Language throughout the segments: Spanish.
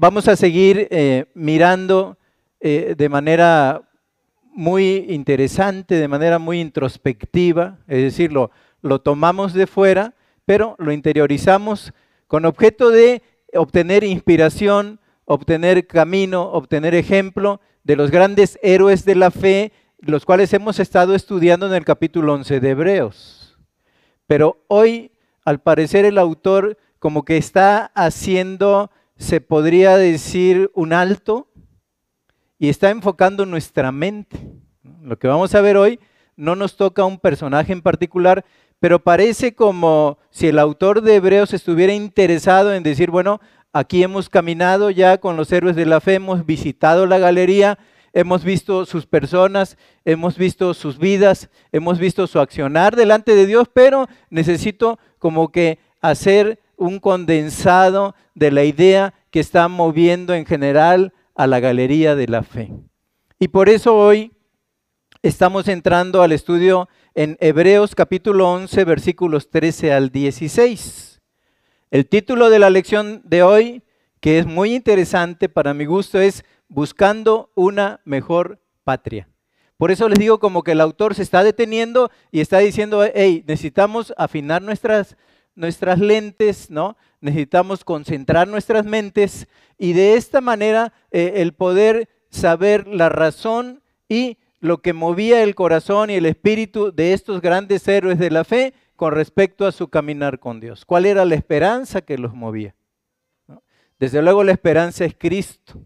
Vamos a seguir mirando de manera muy interesante, de manera muy introspectiva, es decir, lo tomamos de fuera, pero lo interiorizamos con objeto de obtener inspiración, obtener camino, obtener ejemplo de los grandes héroes de la fe, los cuales hemos estado estudiando en el capítulo 11 de Hebreos. Pero hoy, al parecer, el autor como que está haciendo, se podría decir, un alto y está enfocando nuestra mente. Lo que vamos a ver hoy no nos toca un personaje en particular, pero parece como si el autor de Hebreos estuviera interesado en decir, bueno, aquí hemos caminado ya con los héroes de la fe, hemos visitado la galería, hemos visto sus personas, hemos visto sus vidas, hemos visto su accionar delante de Dios, pero necesito como que hacer un condensado de la idea que está moviendo en general a la galería de la fe. Y por eso hoy estamos entrando al estudio en Hebreos capítulo 11, versículos 13 al 16. El título de la lección de hoy, que es muy interesante para mi gusto, es Buscando una mejor patria. Por eso les digo como que el autor se está deteniendo y está diciendo, hey, necesitamos afinar nuestras lentes, ¿no? Necesitamos concentrar nuestras mentes y de esta manera el poder saber la razón y lo que movía el corazón y el espíritu de estos grandes héroes de la fe con respecto a su caminar con Dios. ¿Cuál era la esperanza que los movía? ¿No? Desde luego la esperanza es Cristo.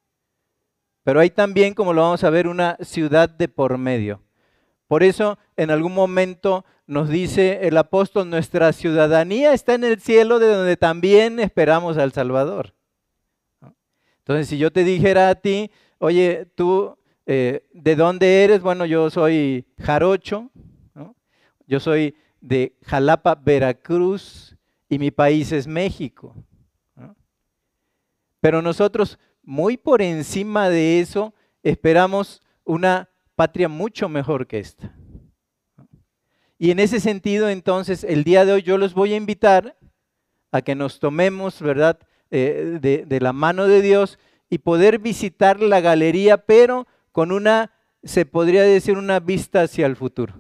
Pero hay también, como lo vamos a ver, una ciudad de por medio. Por eso, en algún momento nos dice el apóstol, nuestra ciudadanía está en el cielo, de donde también esperamos al Salvador. Entonces, si yo te dijera a ti, oye, tú, ¿de dónde eres? Bueno, yo soy jarocho, ¿no? Yo soy de Jalapa, Veracruz, y mi país es México, ¿no? Pero nosotros, muy por encima de eso, esperamos una patria mucho mejor que esta. Y en ese sentido, entonces, el día de hoy yo los voy a invitar a que nos tomemos, ¿verdad?, de la mano de Dios y poder visitar la galería, pero con una, se podría decir, una vista hacia el futuro.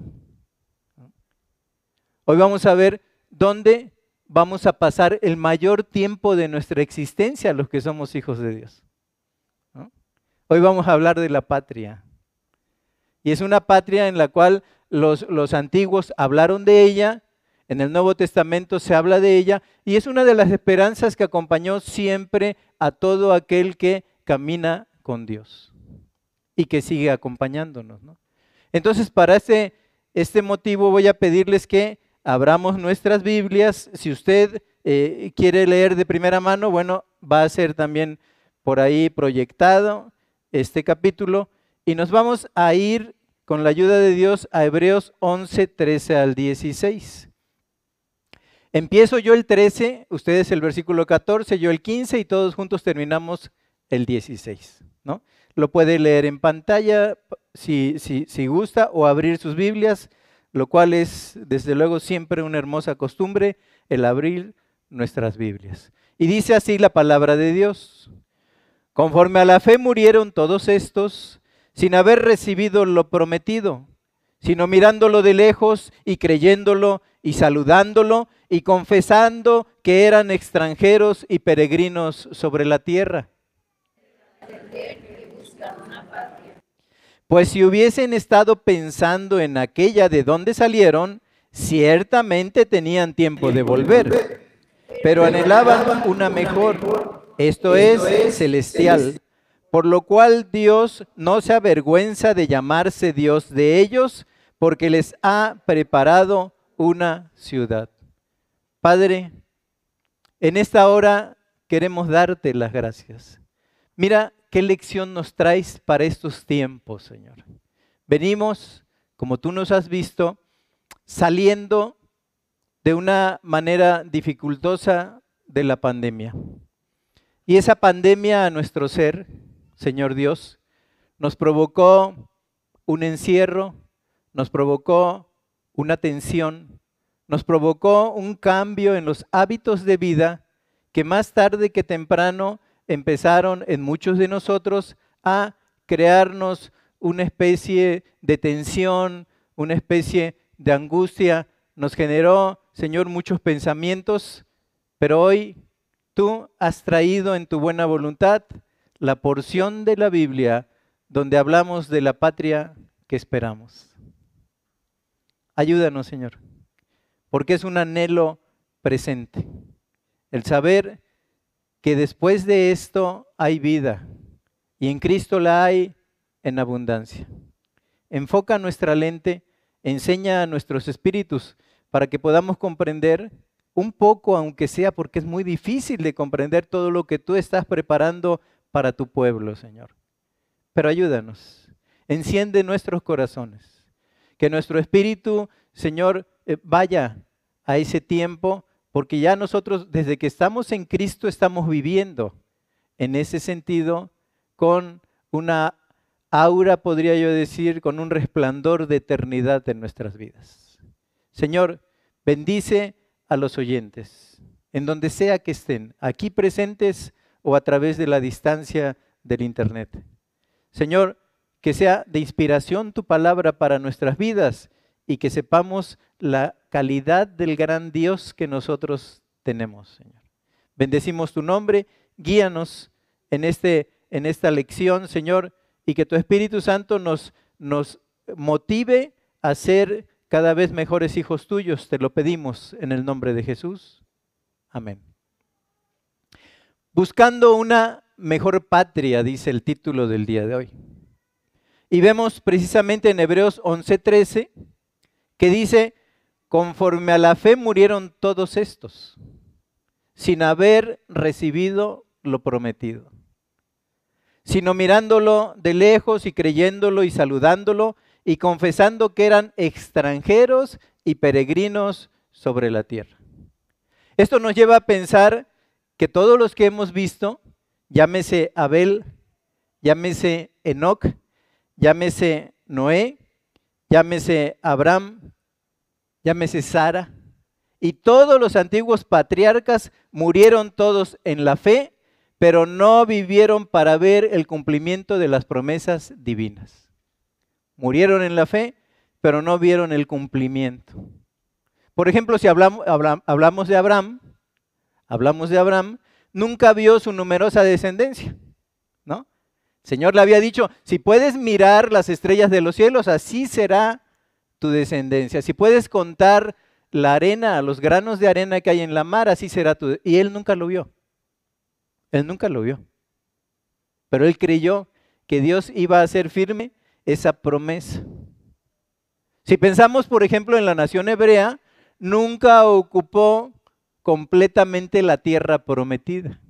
Hoy vamos a ver dónde vamos a pasar el mayor tiempo de nuestra existencia, los que somos hijos de Dios. Hoy vamos a hablar de la patria. Y es una patria en la cual los antiguos hablaron de ella, en el Nuevo Testamento se habla de ella, y es una de las esperanzas que acompañó siempre a todo aquel que camina con Dios y que sigue acompañándonos, ¿no? Entonces, para este motivo voy a pedirles que abramos nuestras Biblias. Si usted quiere leer de primera mano, bueno, va a ser también por ahí proyectado este capítulo, y nos vamos a ir con la ayuda de Dios a Hebreos 11, 13 al 16. Empiezo yo el 13, ustedes el versículo 14, yo el 15 y todos juntos terminamos el 16, ¿no? Lo puede leer en pantalla si gusta o abrir sus Biblias, lo cual es desde luego siempre una hermosa costumbre el abrir nuestras Biblias. Y dice así la palabra de Dios. Conforme a la fe murieron todos estos, sin haber recibido lo prometido, sino mirándolo de lejos y creyéndolo y saludándolo y confesando que eran extranjeros y peregrinos sobre la tierra. Pues si hubiesen estado pensando en aquella de donde salieron, ciertamente tenían tiempo de volver, pero anhelaban una mejor, esto es, celestial, por lo cual Dios no se avergüenza de llamarse Dios de ellos, porque les ha preparado una ciudad. Padre, en esta hora queremos darte las gracias. Mira qué lección nos traes para estos tiempos, Señor. Venimos, como tú nos has visto, saliendo de una manera dificultosa de la pandemia. Y esa pandemia a nuestro ser, Señor Dios, nos provocó un encierro, nos provocó una tensión, nos provocó un cambio en los hábitos de vida que más tarde que temprano empezaron en muchos de nosotros a crearnos una especie de tensión, una especie de angustia. Nos generó, Señor, muchos pensamientos, pero hoy tú has traído en tu buena voluntad la porción de la Biblia donde hablamos de la patria que esperamos. Ayúdanos, Señor, porque es un anhelo presente. El saber que después de esto hay vida y en Cristo la hay en abundancia. Enfoca nuestra lente, enseña a nuestros espíritus para que podamos comprender un poco, aunque sea, porque es muy difícil de comprender todo lo que tú estás preparando para tu pueblo, Señor. Pero ayúdanos, enciende nuestros corazones, que nuestro espíritu, Señor, vaya a ese tiempo, porque ya nosotros desde que estamos en Cristo estamos viviendo en ese sentido con una aura, podría yo decir, con un resplandor de eternidad en nuestras vidas. Señor, bendice a los oyentes, en donde sea que estén, aquí presentes o a través de la distancia del internet. Señor, que sea de inspiración tu palabra para nuestras vidas y que sepamos la calidad del gran Dios que nosotros tenemos, Señor. Bendecimos tu nombre, guíanos en esta lección, Señor, y que tu Espíritu Santo nos motive a ser cada vez mejores hijos tuyos. Te lo pedimos en el nombre de Jesús. Amén. Buscando una mejor patria, dice el título del día de hoy. Y vemos precisamente en Hebreos 11:13 que dice, conforme a la fe murieron todos estos, sin haber recibido lo prometido, sino mirándolo de lejos y creyéndolo y saludándolo y confesando que eran extranjeros y peregrinos sobre la tierra. Esto nos lleva a pensar que todos los que hemos visto, llámese Abel, llámese Enoc, llámese Noé, llámese Abraham, llámese Sara, y todos los antiguos patriarcas murieron todos en la fe, pero no vivieron para ver el cumplimiento de las promesas divinas. Murieron en la fe, pero no vieron el cumplimiento. Por ejemplo, si hablamos de Abraham, nunca vio su numerosa descendencia, ¿no? El Señor le había dicho, si puedes mirar las estrellas de los cielos, así será tu descendencia. Si puedes contar la arena, los granos de arena que hay en la mar, así será tu descendencia. Y él nunca lo vio. Él nunca lo vio. Pero él creyó que Dios iba a hacer firme esa promesa. Si pensamos, por ejemplo, en la nación hebrea, nunca ocupó completamente la tierra prometida.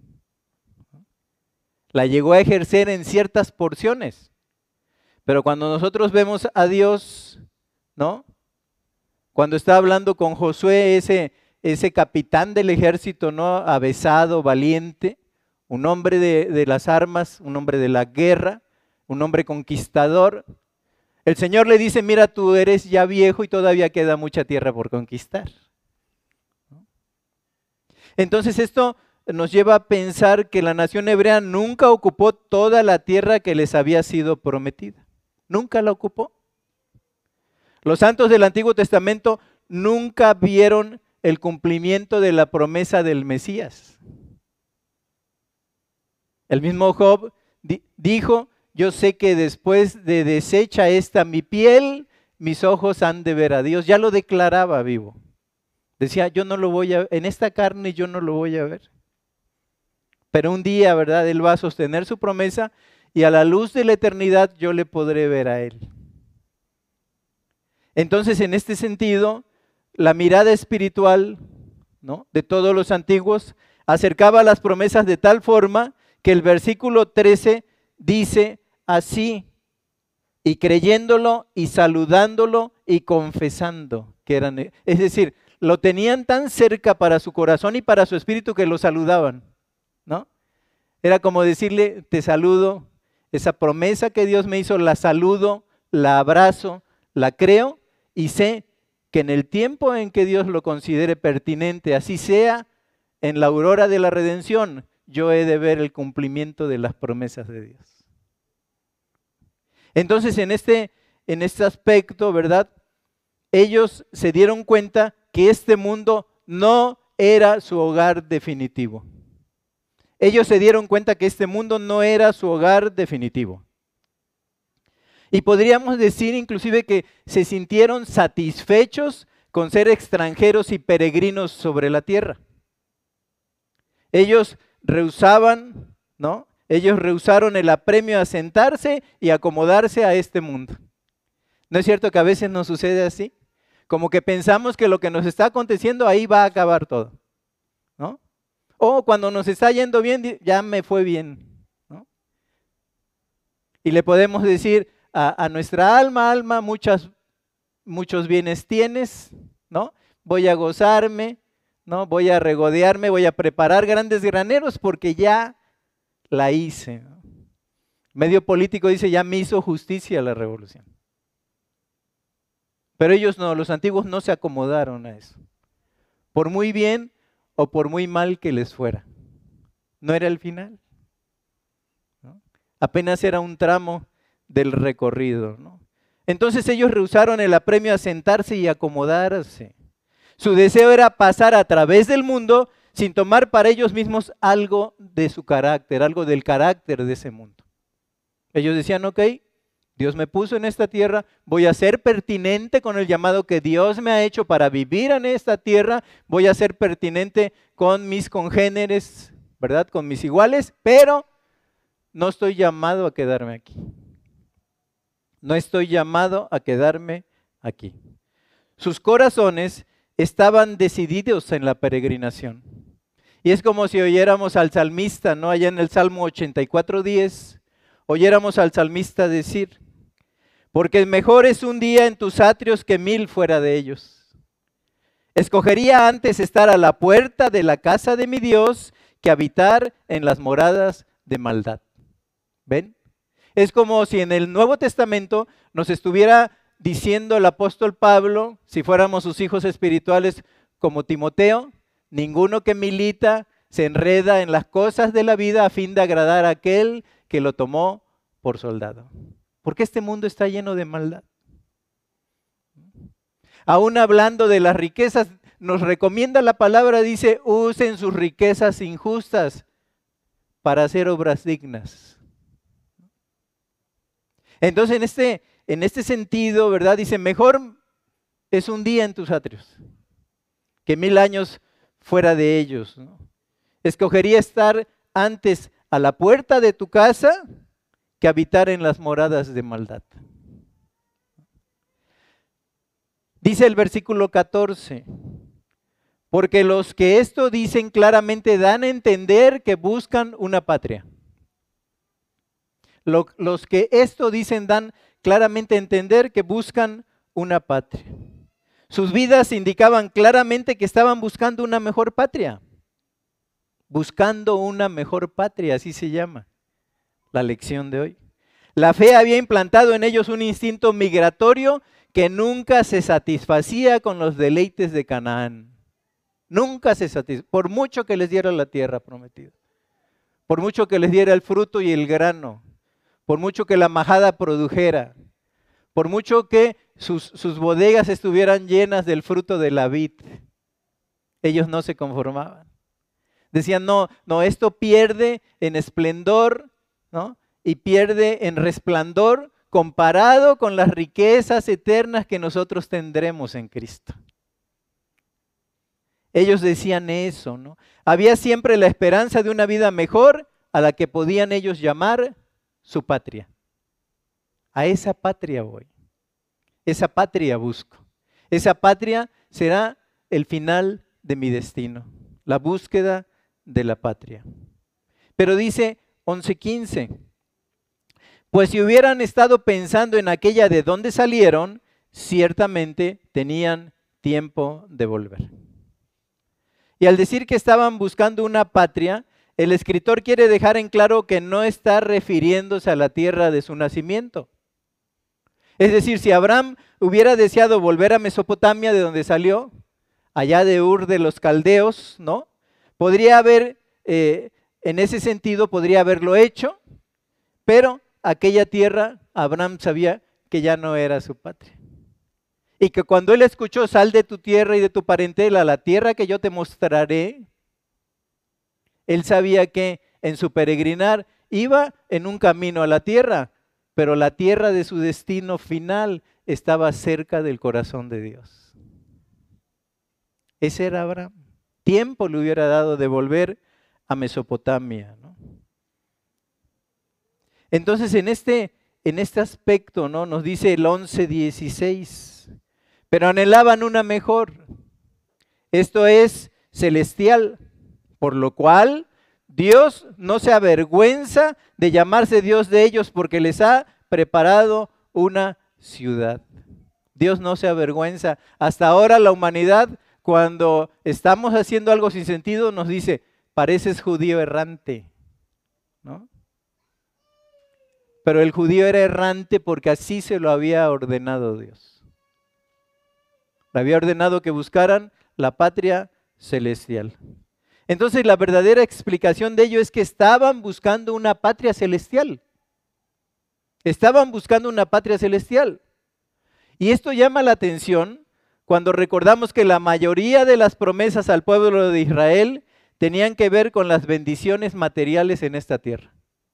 La llegó a ejercer en ciertas porciones. Pero cuando nosotros vemos a Dios, ¿no? Cuando está hablando con Josué, ese capitán del ejército, ¿no? Avezado, valiente, un hombre de las armas, un hombre de la guerra, un hombre conquistador. El Señor le dice, mira, tú eres ya viejo y todavía queda mucha tierra por conquistar. Entonces esto nos lleva a pensar que la nación hebrea nunca ocupó toda la tierra que les había sido prometida. Nunca la ocupó. Los santos del Antiguo Testamento nunca vieron el cumplimiento de la promesa del Mesías. El mismo Job dijo, yo sé que después de deshecha esta mi piel, mis ojos han de ver a Dios. Ya lo declaraba vivo. Decía, yo no lo voy a ver, en esta carne yo no lo voy a ver. Pero un día, ¿verdad? Él va a sostener su promesa y a la luz de la eternidad yo le podré ver a Él. Entonces, en este sentido, la mirada espiritual, ¿no?, de todos los antiguos acercaba las promesas de tal forma que el versículo 13 dice así, y creyéndolo y saludándolo y confesando que eran, es decir, lo tenían tan cerca para su corazón y para su espíritu que lo saludaban, ¿no? Era como decirle, te saludo, esa promesa que Dios me hizo, la saludo, la abrazo, la creo y sé que en el tiempo en que Dios lo considere pertinente, así sea en la aurora de la redención, yo he de ver el cumplimiento de las promesas de Dios. Entonces, en este aspecto, ¿verdad? Ellos se dieron cuenta que este mundo no era su hogar definitivo. Ellos se dieron cuenta que este mundo no era su hogar definitivo. Y podríamos decir inclusive que se sintieron satisfechos con ser extranjeros y peregrinos sobre la tierra. Ellos rehusaban, ¿no? Ellos rehusaron el apremio a sentarse y acomodarse a este mundo. ¿No es cierto que a veces nos sucede así? Como que pensamos que lo que nos está aconteciendo ahí va a acabar todo, ¿no? O cuando nos está yendo bien, ya me fue bien, ¿no? Y le podemos decir a nuestra alma, muchos bienes tienes, ¿no? Voy a gozarme, ¿no? Voy a regodearme, voy a preparar grandes graneros porque ya la hice, ¿no? Medio político dice, ya me hizo justicia la revolución. Pero ellos no, los antiguos no se acomodaron a eso. Por muy bien o por muy mal que les fuera. No era el final, ¿no? Apenas era un tramo del recorrido, ¿no? Entonces ellos rehusaron el apremio a sentarse y acomodarse. Su deseo era pasar a través del mundo sin tomar para ellos mismos algo de su carácter, algo del carácter de ese mundo. Ellos decían, ok, Dios me puso en esta tierra, voy a ser pertinente con el llamado que Dios me ha hecho para vivir en esta tierra, voy a ser pertinente con mis congéneres, ¿verdad? Con mis iguales, pero no estoy llamado a quedarme aquí. No estoy llamado a quedarme aquí. Sus corazones estaban decididos en la peregrinación. Y es como si oyéramos al salmista, ¿no? Allá en el Salmo 84:10, oyéramos al salmista decir, porque mejor es un día en tus atrios que 1000 fuera de ellos. Escogería antes estar a la puerta de la casa de mi Dios que habitar en las moradas de maldad. ¿Ven? Es como si en el Nuevo Testamento nos estuviera diciendo el apóstol Pablo, si fuéramos sus hijos espirituales como Timoteo, ninguno que milita se enreda en las cosas de la vida a fin de agradar a aquel que lo tomó por soldado. Porque este mundo está lleno de maldad. Aún hablando de las riquezas, nos recomienda la palabra, dice, usen sus riquezas injustas para hacer obras dignas. Entonces, en este sentido, ¿verdad? Dice, mejor es un día en tus atrios que 1000 años fuera de ellos, ¿no? Escogería estar antes a la puerta de tu casa que habitar en las moradas de maldad. Dice el versículo 14, porque los que esto dicen claramente dan a entender que buscan una patria. Los que esto dicen dan claramente a entender que buscan una patria. Sus vidas indicaban claramente que estaban buscando una mejor patria. Buscando una mejor patria, así se llama la lección de hoy. La fe había implantado en ellos un instinto migratorio que nunca se satisfacía con los deleites de Canaán. Nunca se satisfacía, por mucho que les diera la tierra prometida. Por mucho que les diera el fruto y el grano. Por mucho que la majada produjera, por mucho que sus bodegas estuvieran llenas del fruto de la vid, ellos no se conformaban. Decían, no, esto pierde en esplendor, ¿no? Y pierde en resplandor comparado con las riquezas eternas que nosotros tendremos en Cristo. Ellos decían eso, ¿no? Había siempre la esperanza de una vida mejor a la que podían ellos llamar su patria. A esa patria voy. Esa patria busco. Esa patria será el final de mi destino. La búsqueda de la patria. Pero dice 11:15. Pues si hubieran estado pensando en aquella de donde salieron, ciertamente tenían tiempo de volver. Y al decir que estaban buscando una patria, el escritor quiere dejar en claro que no está refiriéndose a la tierra de su nacimiento. Es decir, si Abraham hubiera deseado volver a Mesopotamia, de donde salió, allá de Ur de los Caldeos, ¿no? Podría haber en ese sentido podría haberlo hecho, pero aquella tierra, Abraham sabía que ya no era su patria. Y que cuando él escuchó, sal de tu tierra y de tu parentela a la tierra que yo te mostraré, él sabía que en su peregrinar iba en un camino a la tierra, pero la tierra de su destino final estaba cerca del corazón de Dios. Ese era Abraham. Tiempo le hubiera dado de volver a Mesopotamia, ¿no? Entonces en este aspecto, ¿no?, nos dice el 11:16, pero anhelaban una mejor, esto es celestial, por lo cual Dios no se avergüenza de llamarse Dios de ellos porque les ha preparado una ciudad. Dios no se avergüenza. Hasta ahora la humanidad, cuando estamos haciendo algo sin sentido, nos dice, pareces judío errante, ¿no? Pero el judío era errante porque así se lo había ordenado Dios. Le había ordenado que buscaran la patria celestial. Entonces la verdadera explicación de ello es que estaban buscando una patria celestial. Estaban buscando una patria celestial. Y esto llama la atención cuando recordamos que la mayoría de las promesas al pueblo de Israel tenían que ver con las bendiciones materiales en esta tierra.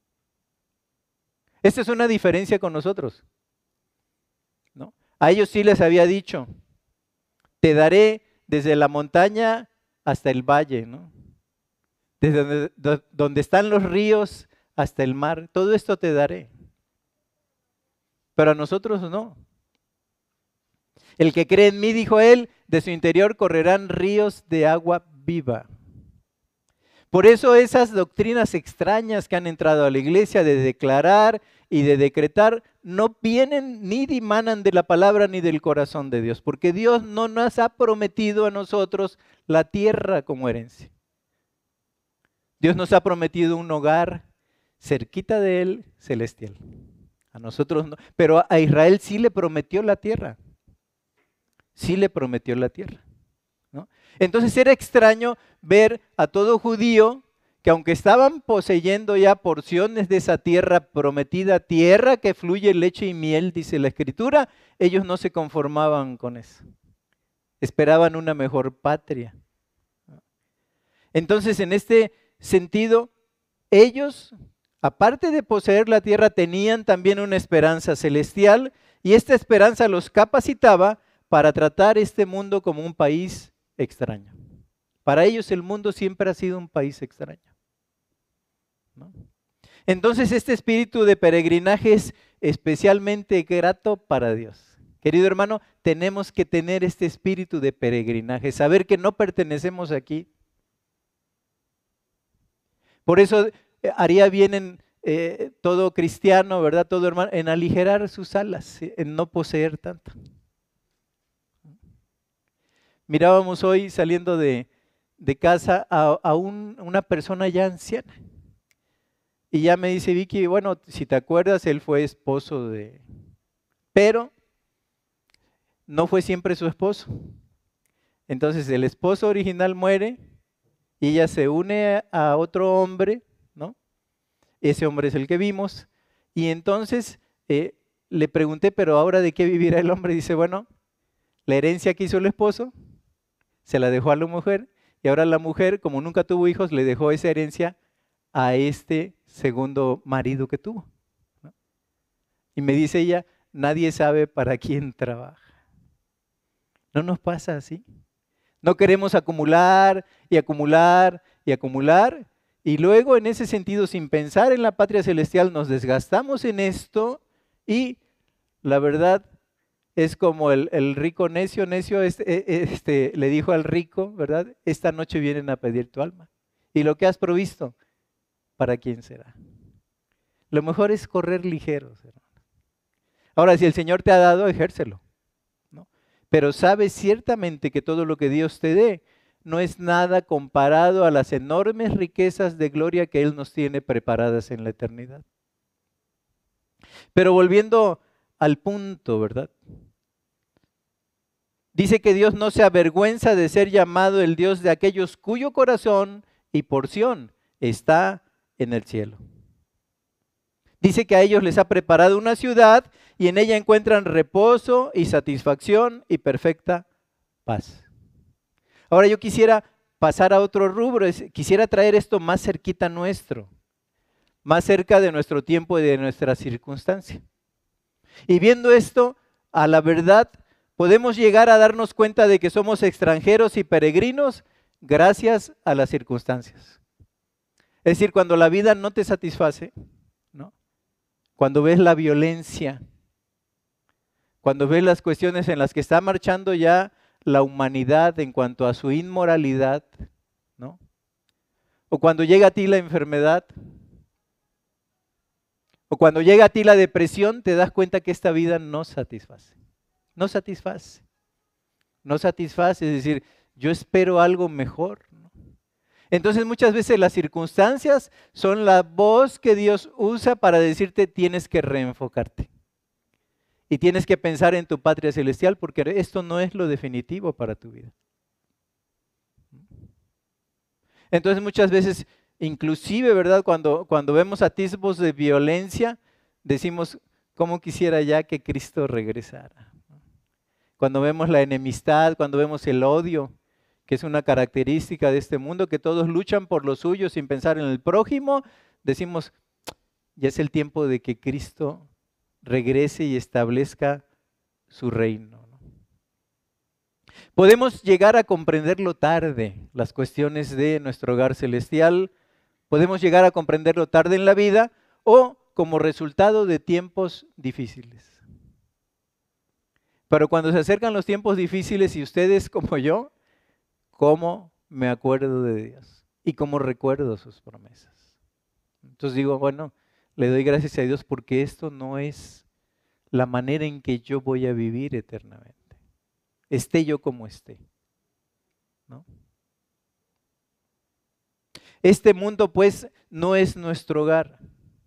Esta es una diferencia con nosotros, ¿no? A ellos sí les había dicho, te daré desde la montaña hasta el valle, ¿no? Desde donde están los ríos hasta el mar, todo esto te daré. Pero a nosotros no. El que cree en mí, dijo él, de su interior correrán ríos de agua viva. Por eso esas doctrinas extrañas que han entrado a la iglesia de declarar y de decretar no vienen ni dimanan de la palabra ni del corazón de Dios, porque Dios no nos ha prometido a nosotros la tierra como herencia. Dios nos ha prometido un hogar cerquita de Él, celestial. A nosotros no, pero a Israel sí le prometió la tierra. Sí le prometió la tierra, ¿no? Entonces era extraño ver a todo judío que aunque estaban poseyendo ya porciones de esa tierra prometida, tierra que fluye leche y miel, dice la Escritura, ellos no se conformaban con eso. Esperaban una mejor patria. Entonces, en este sentido, ellos, aparte de poseer la tierra, tenían también una esperanza celestial y esta esperanza los capacitaba para tratar este mundo como un país extraño. Para ellos el mundo siempre ha sido un país extraño, ¿no? Entonces este espíritu de peregrinaje es especialmente grato para Dios. Querido hermano, tenemos que tener este espíritu de peregrinaje, saber que no pertenecemos aquí. Por eso haría bien en todo cristiano, ¿verdad? Todo hermano, en aligerar sus alas, en no poseer tanto. Mirábamos hoy saliendo de casa a una persona ya anciana. Y ya me dice Vicky, bueno, si te acuerdas, él fue esposo de... Pero no fue siempre su esposo. Entonces el esposo original muere y ella se une a otro hombre, ¿no? Ese hombre es el que vimos. Y entonces le pregunté, pero ahora ¿de qué vivirá el hombre? Dice, bueno, la herencia que hizo el esposo se la dejó a la mujer y ahora la mujer, como nunca tuvo hijos, le dejó esa herencia a este segundo marido que tuvo, ¿no? Y me dice ella, nadie sabe para quién trabaja. ¿No nos pasa así? No queremos acumular y acumular y acumular y luego en ese sentido, sin pensar en la patria celestial, nos desgastamos en esto y la verdad es como el rico necio le dijo al rico, ¿verdad? Esta noche vienen a pedir tu alma. Y lo que has provisto, ¿para quién será? Lo mejor es correr ligeros, hermano. Ahora, si el Señor te ha dado, ejércelo, ¿no? Pero sabes ciertamente que todo lo que Dios te dé no es nada comparado a las enormes riquezas de gloria que Él nos tiene preparadas en la eternidad. Pero volviendo al punto, ¿verdad? Dice que Dios no se avergüenza de ser llamado el Dios de aquellos cuyo corazón y porción está en el cielo. Dice que a ellos les ha preparado una ciudad y en ella encuentran reposo y satisfacción y perfecta paz. Ahora yo quisiera pasar a otro rubro, quisiera traer esto más cerquita nuestro, más cerca de nuestro tiempo y de nuestra circunstancia. Y viendo esto, a la verdad, podemos llegar a darnos cuenta de que somos extranjeros y peregrinos gracias a las circunstancias. Es decir, cuando la vida no te satisface, ¿no? Cuando ves la violencia, cuando ves las cuestiones en las que está marchando ya la humanidad en cuanto a su inmoralidad, ¿no? O cuando llega a ti la enfermedad, o cuando llega a ti la depresión, te das cuenta que esta vida no satisface. No satisface. No satisface, es decir, yo espero algo mejor, ¿no? Entonces muchas veces las circunstancias son la voz que Dios usa para decirte tienes que reenfocarte. Y tienes que pensar en tu patria celestial porque esto no es lo definitivo para tu vida. Entonces muchas veces, inclusive, ¿verdad? Cuando vemos atisbos de violencia, decimos, ¿cómo quisiera ya que Cristo regresara? Cuando vemos la enemistad, cuando vemos el odio, que es una característica de este mundo, que todos luchan por lo suyo sin pensar en el prójimo, decimos, ya es el tiempo de que Cristo regrese y establezca su reino. Podemos llegar a comprenderlo tarde, las cuestiones de nuestro hogar celestial, podemos llegar a comprenderlo tarde en la vida o como resultado de tiempos difíciles. Pero cuando se acercan los tiempos difíciles y ustedes como yo, ¿cómo me acuerdo de Dios? Y cómo recuerdo sus promesas. Entonces digo, bueno, le doy gracias a Dios porque esto no es la manera en que yo voy a vivir eternamente. Esté yo como esté, ¿no? Este mundo pues no es nuestro hogar.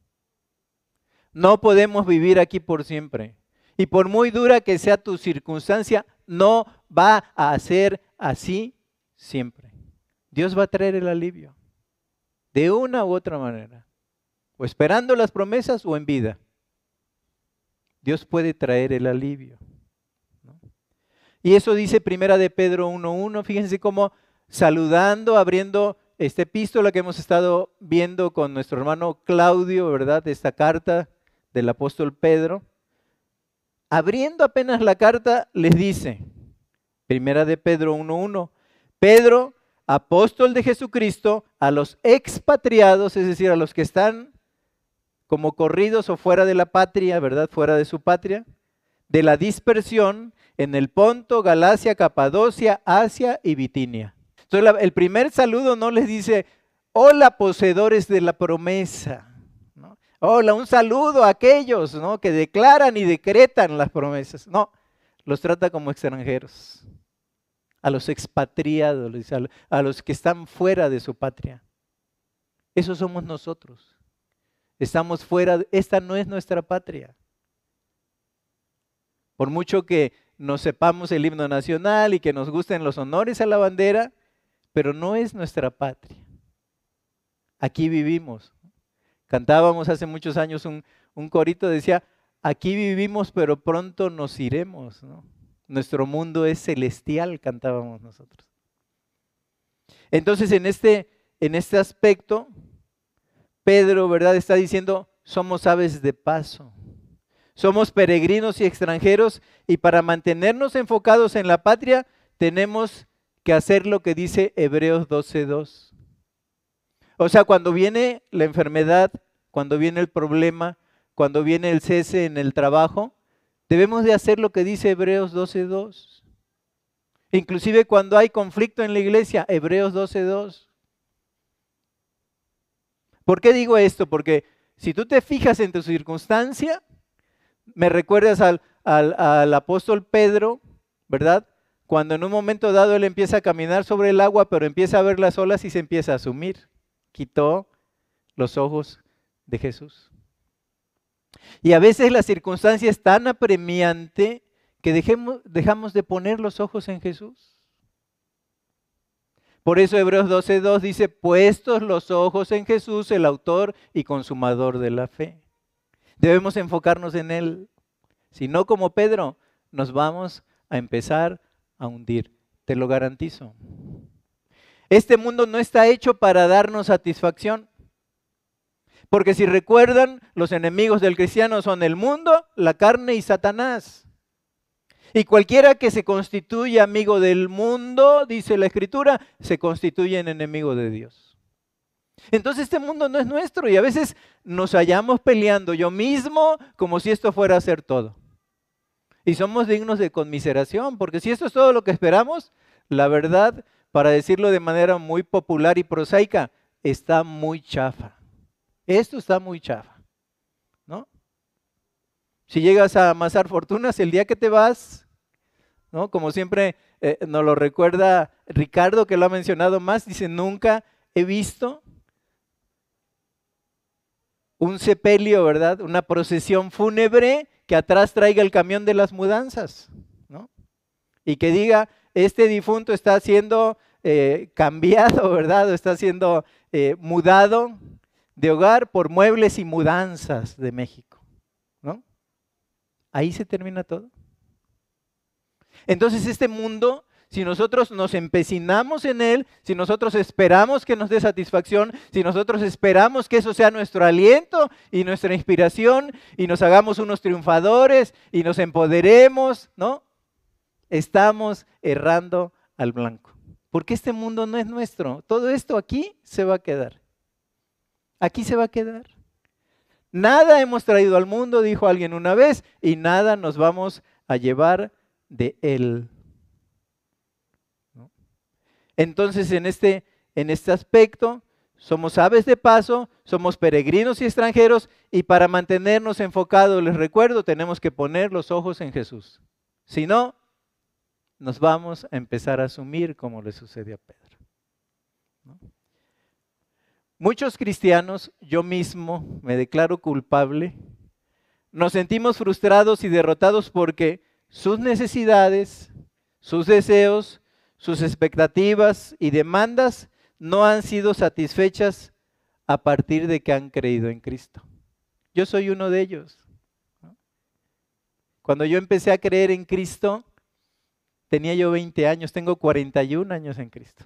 No podemos vivir aquí por siempre. Y por muy dura que sea tu circunstancia, no va a ser así siempre. Dios va a traer el alivio, de una u otra manera. O esperando las promesas o en vida. Dios puede traer el alivio, ¿no? Y eso dice Primera de Pedro 1:1. Fíjense cómo saludando, abriendo esta epístola que hemos estado viendo con nuestro hermano Claudio, ¿verdad? Esta carta del apóstol Pedro. Abriendo apenas la carta, les dice, Primera de Pedro 1:1, Pedro, apóstol de Jesucristo, a los expatriados, es decir, a los que están como corridos o fuera de la patria, ¿verdad? Fuera de su patria, de la dispersión en el Ponto, Galacia, Capadocia, Asia y Bitinia. Entonces el primer saludo no les dice, hola poseedores de la promesa, ¿no? Hola, un saludo a aquellos, ¿no?, que declaran y decretan las promesas. No, los trata como extranjeros, a los expatriados, a los que están fuera de su patria. Esos somos nosotros. Estamos fuera, esta no es nuestra patria. Por mucho que nos sepamos el himno nacional y que nos gusten los honores a la bandera, pero no es nuestra patria. Aquí vivimos. Cantábamos hace muchos años un corito, decía, aquí vivimos pero pronto nos iremos, ¿no? Nuestro mundo es celestial, cantábamos nosotros. Entonces en este aspecto, Pedro, ¿verdad?, está diciendo, somos aves de paso. Somos peregrinos y extranjeros y para mantenernos enfocados en la patria tenemos que hacer lo que dice Hebreos 12:2. O sea, cuando viene la enfermedad, cuando viene el problema, cuando viene el cese en el trabajo, debemos de hacer lo que dice Hebreos 12:2. Inclusive cuando hay conflicto en la iglesia, Hebreos 12:2. ¿Por qué digo esto? Porque si tú te fijas en tu circunstancia, me recuerdas al apóstol Pedro, ¿verdad? Cuando en un momento dado él empieza a caminar sobre el agua, pero empieza a ver las olas y se empieza a sumir. Quitó los ojos de Jesús. Y a veces la circunstancia es tan apremiante que dejamos de poner los ojos en Jesús. Por eso Hebreos 12:2 dice, puestos los ojos en Jesús, el autor y consumador de la fe. Debemos enfocarnos en Él. Si no, como Pedro, nos vamos a empezar a hundir. Te lo garantizo. Este mundo no está hecho para darnos satisfacción. Porque si recuerdan, los enemigos del cristiano son el mundo, la carne y Satanás. Y cualquiera que se constituye amigo del mundo, dice la Escritura, se constituye en enemigo de Dios. Entonces este mundo no es nuestro y a veces nos hallamos peleando yo mismo como si esto fuera a ser todo. Y somos dignos de conmiseración, porque si esto es todo lo que esperamos, la verdad, para decirlo de manera muy popular y prosaica, está muy chafa. Esto está muy chafa, ¿no? Si llegas a amasar fortunas, el día que te vas, ¿no? Como siempre nos lo recuerda Ricardo, que lo ha mencionado más, dice, nunca he visto un sepelio, ¿verdad? Una procesión fúnebre que atrás traiga el camión de las mudanzas, ¿no? Y que diga, este difunto está siendo cambiado, ¿verdad? O está siendo mudado de hogar por Muebles y Mudanzas de México, ¿no? Ahí se termina todo. Entonces este mundo, si nosotros nos empecinamos en él, si nosotros esperamos que nos dé satisfacción, si nosotros esperamos que eso sea nuestro aliento y nuestra inspiración y nos hagamos unos triunfadores y nos empoderemos, ¿no? Estamos errando al blanco. Porque este mundo no es nuestro. Todo esto aquí se va a quedar. Aquí se va a quedar. Nada hemos traído al mundo, dijo alguien una vez, y nada nos vamos a llevar de él. ¿No? Entonces, en este aspecto, somos aves de paso, somos peregrinos y extranjeros, y para mantenernos enfocados, les recuerdo, tenemos que poner los ojos en Jesús. Si no, nos vamos a empezar a asumir como le sucedió a Pedro. ¿No? Muchos cristianos, yo mismo me declaro culpable, nos sentimos frustrados y derrotados porque sus necesidades, sus deseos, sus expectativas y demandas no han sido satisfechas a partir de que han creído en Cristo. Yo soy uno de ellos. Cuando yo empecé a creer en Cristo, tenía yo 20 años, tengo 41 años en Cristo.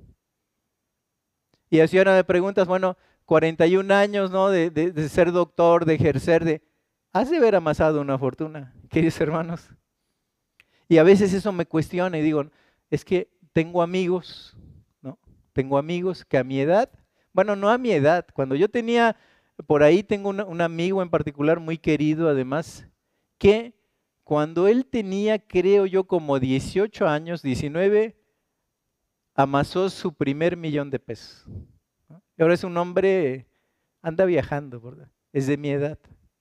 Y así ahora me preguntas, bueno, 41 años, ¿no? De ser doctor, de ejercer, has de haber amasado una fortuna, queridos hermanos. Y a veces eso me cuestiona y digo, es que tengo amigos, ¿no? Tengo amigos que a mi edad, bueno, no a mi edad, cuando yo tenía, por ahí tengo un amigo en particular muy querido además, que cuando él tenía, creo yo, como 18 años, 19, amasó su primer $1,000,000, ¿no? Y ahora es un hombre, anda viajando, ¿verdad? Es de mi edad.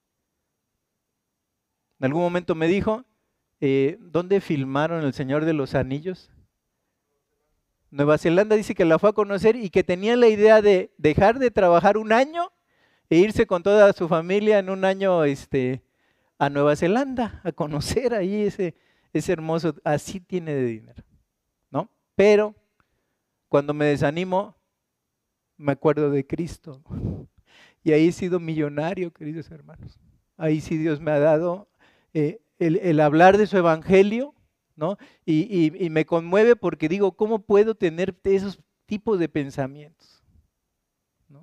En algún momento me dijo, ¿dónde filmaron El Señor de los Anillos? Nueva Zelanda, dice que la fue a conocer y que tenía la idea de dejar de trabajar un año e irse con toda su familia en un año a Nueva Zelanda, a conocer ahí ese hermoso, así tiene de dinero, ¿no? Pero cuando me desanimo, me acuerdo de Cristo. Y ahí he sido millonario, queridos hermanos. Ahí sí Dios me ha dado el hablar de su evangelio, ¿no? Y me conmueve porque digo, ¿cómo puedo tener esos tipos de pensamientos? ¿No?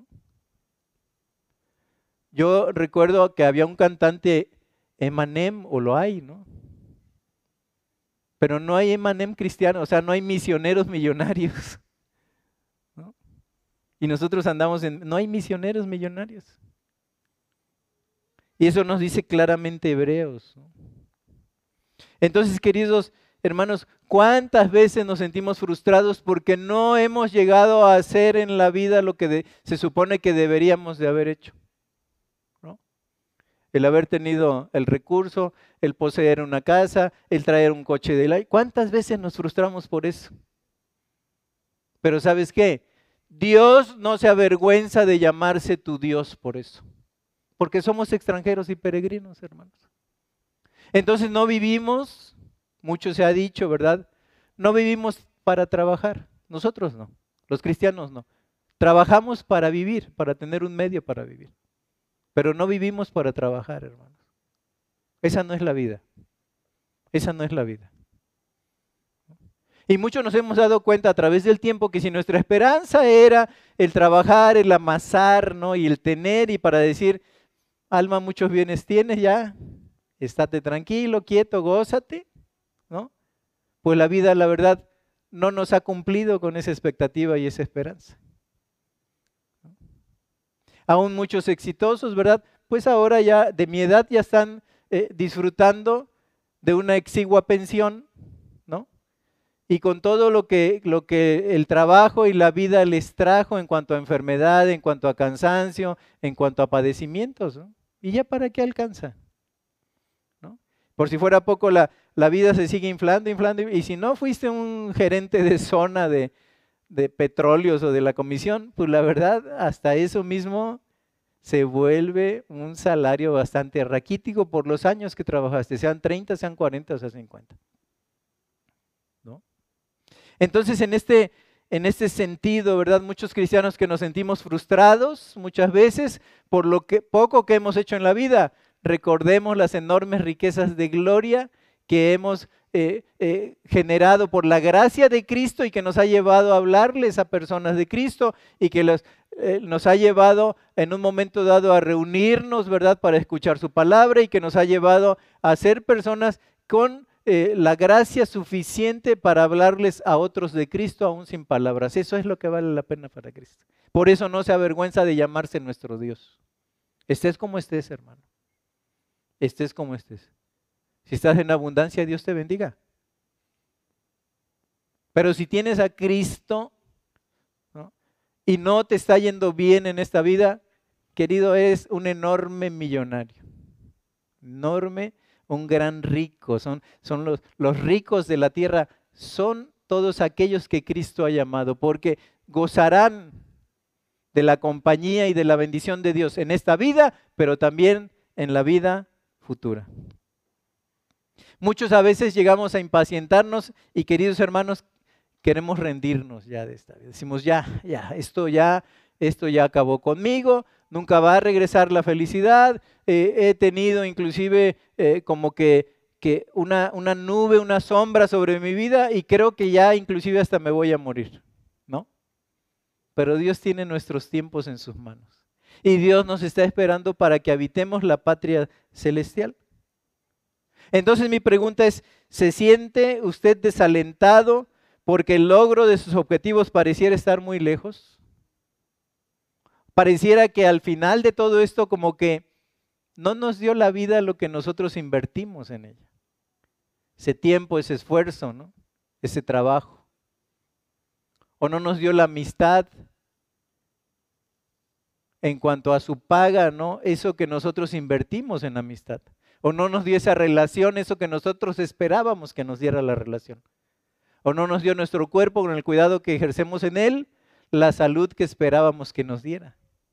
Yo recuerdo que había un cantante Emanem, o lo hay, ¿no? Pero no hay Emanem cristiano, o sea, no hay misioneros millonarios, ¿no? Y nosotros andamos no hay misioneros millonarios. Y eso nos dice claramente Hebreos, ¿no? Entonces, queridos hermanos, ¿cuántas veces nos sentimos frustrados porque no hemos llegado a hacer en la vida lo que se supone que deberíamos de haber hecho? ¿No? El haber tenido el recurso, el poseer una casa, el traer un coche del aire. ¿Cuántas veces nos frustramos por eso? Pero ¿sabes qué? Dios no se avergüenza de llamarse tu Dios por eso. Porque somos extranjeros y peregrinos, hermanos. Entonces no vivimos, mucho se ha dicho, ¿verdad? No vivimos para trabajar, nosotros no. Los cristianos no. Trabajamos para vivir, para tener un medio para vivir. Pero no vivimos para trabajar, hermanos. Esa no es la vida. Esa no es la vida. Y muchos nos hemos dado cuenta a través del tiempo que si nuestra esperanza era el trabajar, el amasar, ¿no? Y el tener, y para decir, alma, muchos bienes tienes ya, estate tranquilo, quieto, gózate, ¿no? Pues la vida, la verdad, no nos ha cumplido con esa expectativa y esa esperanza. Aún muchos exitosos, ¿verdad? Pues ahora ya de mi edad ya están disfrutando de una exigua pensión, ¿no? Y con todo lo que el trabajo y la vida les trajo en cuanto a enfermedad, en cuanto a cansancio, en cuanto a padecimientos, ¿no? ¿Y ya para qué alcanza? ¿No? Por si fuera poco, la vida se sigue inflando, y si no fuiste un gerente de zona de petróleos o de la comisión, pues la verdad, hasta eso mismo se vuelve un salario bastante raquítico por los años que trabajaste, sean 30, sean 40 o sean 50. ¿No? Entonces, en este sentido, ¿verdad? Muchos cristianos que nos sentimos frustrados muchas veces por lo poco que hemos hecho en la vida, recordemos las enormes riquezas de gloria que hemos generado por la gracia de Cristo y que nos ha llevado a hablarles a personas de Cristo y que nos ha llevado en un momento dado a reunirnos, ¿verdad? Para escuchar su palabra y que nos ha llevado a ser personas con la gracia suficiente para hablarles a otros de Cristo aún sin palabras. Eso es lo que vale la pena para Cristo. Por eso no se avergüenza de llamarse nuestro Dios. Estés como estés, hermano. Estés como estés. Si estás en abundancia, Dios te bendiga. Pero si tienes a Cristo, ¿no? Y no te está yendo bien en esta vida, querido, es un enorme millonario. Enorme, un gran rico. Son los ricos de la tierra, son todos aquellos que Cristo ha llamado, porque gozarán de la compañía y de la bendición de Dios en esta vida, pero también en la vida futura. Muchos a veces llegamos a impacientarnos y, queridos hermanos, queremos rendirnos ya de esta vida. Decimos, esto ya acabó conmigo, nunca va a regresar la felicidad. He tenido inclusive como que una nube, una sombra sobre mi vida y creo que ya inclusive hasta me voy a morir, ¿no? Pero Dios tiene nuestros tiempos en sus manos y Dios nos está esperando para que habitemos la patria celestial. Entonces mi pregunta es, ¿se siente usted desalentado porque el logro de sus objetivos pareciera estar muy lejos? Pareciera que al final de todo esto como que no nos dio la vida lo que nosotros invertimos en ella. Ese tiempo, ese esfuerzo, ¿no? Ese trabajo. O no nos dio la amistad en cuanto a su paga, ¿no? Eso que nosotros invertimos en amistad. O no nos dio esa relación, eso que nosotros esperábamos que nos diera la relación. O no nos dio nuestro cuerpo con el cuidado que ejercemos en él, la salud que esperábamos que nos diera.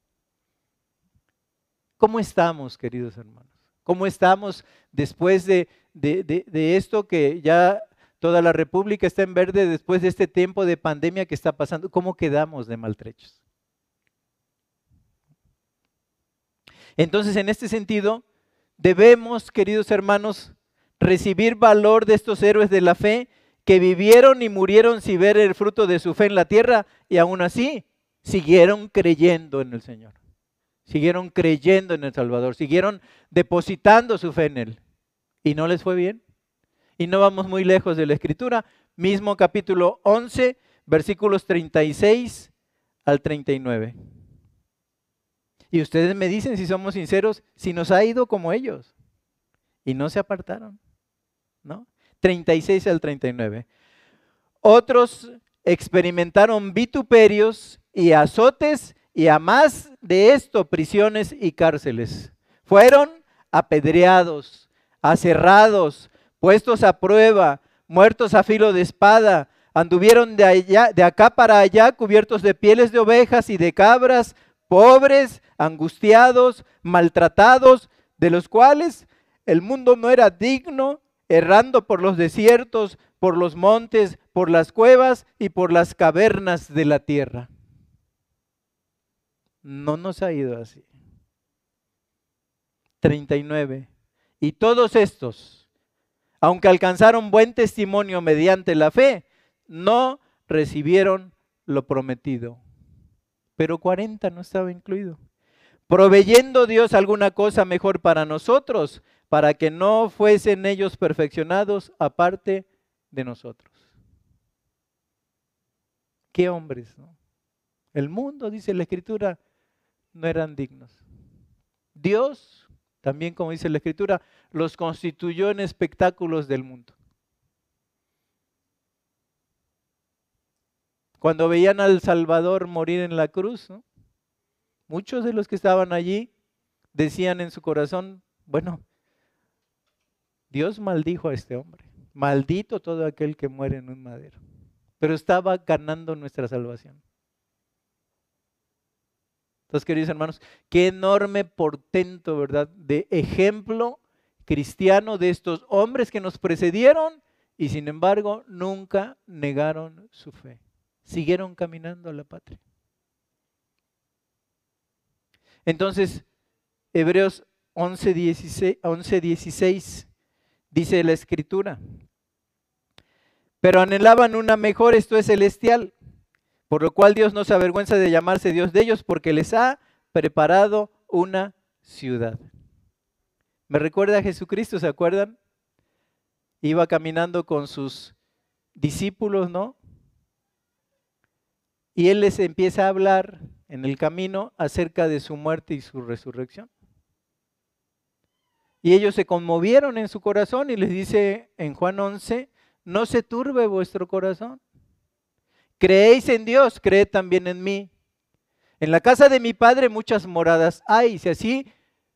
¿Cómo estamos, queridos hermanos? ¿Cómo estamos después de esto que ya toda la República está en verde, después de este tiempo de pandemia que está pasando? ¿Cómo quedamos de maltrechos? Entonces, en este sentido, debemos, queridos hermanos, recibir valor de estos héroes de la fe que vivieron y murieron sin ver el fruto de su fe en la tierra y aún así siguieron creyendo en el Señor. Siguieron creyendo en el Salvador, siguieron depositando su fe en Él. ¿Y no les fue bien? Y no vamos muy lejos de la Escritura. Mismo capítulo 11, versículos 36 al 39. Y ustedes me dicen, si somos sinceros, si nos ha ido como ellos. Y no se apartaron, ¿no? 36 al 39. Otros experimentaron vituperios y azotes y a más de esto prisiones y cárceles. Fueron apedreados, aserrados, puestos a prueba, muertos a filo de espada. Anduvieron de acá para allá cubiertos de pieles de ovejas y de cabras, pobres, angustiados, maltratados, de los cuales el mundo no era digno, errando por los desiertos, por los montes, por las cuevas y por las cavernas de la tierra. No nos ha ido así. 39. Y todos estos, aunque alcanzaron buen testimonio mediante la fe, no recibieron lo prometido. Pero 40 no estaba incluido. Proveyendo Dios alguna cosa mejor para nosotros, para que no fuesen ellos perfeccionados aparte de nosotros. ¿Qué hombres, no? El mundo, dice la Escritura, no eran dignos. Dios, también como dice la Escritura, los constituyó en espectáculos del mundo. Cuando veían al Salvador morir en la cruz, ¿no? Muchos de los que estaban allí decían en su corazón, bueno, Dios maldijo a este hombre. Maldito todo aquel que muere en un madero. Pero estaba ganando nuestra salvación. Entonces, queridos hermanos, qué enorme portento, ¿verdad?, de ejemplo cristiano de estos hombres que nos precedieron y sin embargo nunca negaron su fe. Siguieron caminando a la patria. Entonces, Hebreos 11:16 dice la Escritura, pero anhelaban una mejor, esto es celestial, por lo cual Dios no se avergüenza de llamarse Dios de ellos, porque les ha preparado una ciudad. Me recuerda a Jesucristo, ¿se acuerdan? Iba caminando con sus discípulos, ¿no? Y Él les empieza a hablar en el camino acerca de su muerte y su resurrección. Y ellos se conmovieron en su corazón y les dice en Juan 11, no se turbe vuestro corazón. Creéis en Dios, creed también en mí. En la casa de mi Padre muchas moradas hay. Si así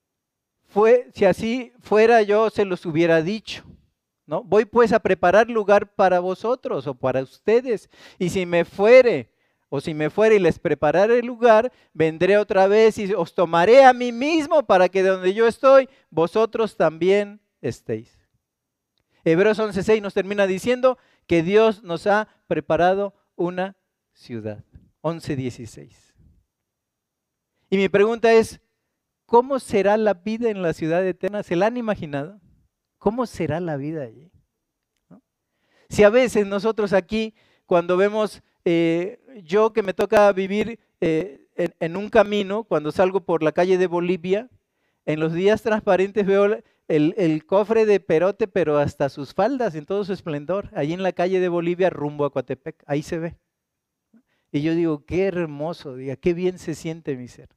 fuera yo se los hubiera dicho, ¿no? Voy pues a preparar lugar para vosotros o para ustedes. Y si me fuere y les prepararé el lugar, vendré otra vez y os tomaré a mí mismo para que de donde yo estoy, vosotros también estéis. Hebreos 11:6 nos termina diciendo que Dios nos ha preparado una ciudad. 11:16. Y mi pregunta es, ¿cómo será la vida en la ciudad eterna? ¿Se la han imaginado? ¿Cómo será la vida allí? ¿No? Si a veces nosotros aquí, cuando vemos, yo que me toca vivir en un camino, cuando salgo por la calle de Bolivia, en los días transparentes veo el cofre de Perote, pero hasta sus faldas en todo su esplendor, allí en la calle de Bolivia rumbo a Coatepec, ahí se ve. Y yo digo, qué hermoso, diga, qué bien se siente mi ser.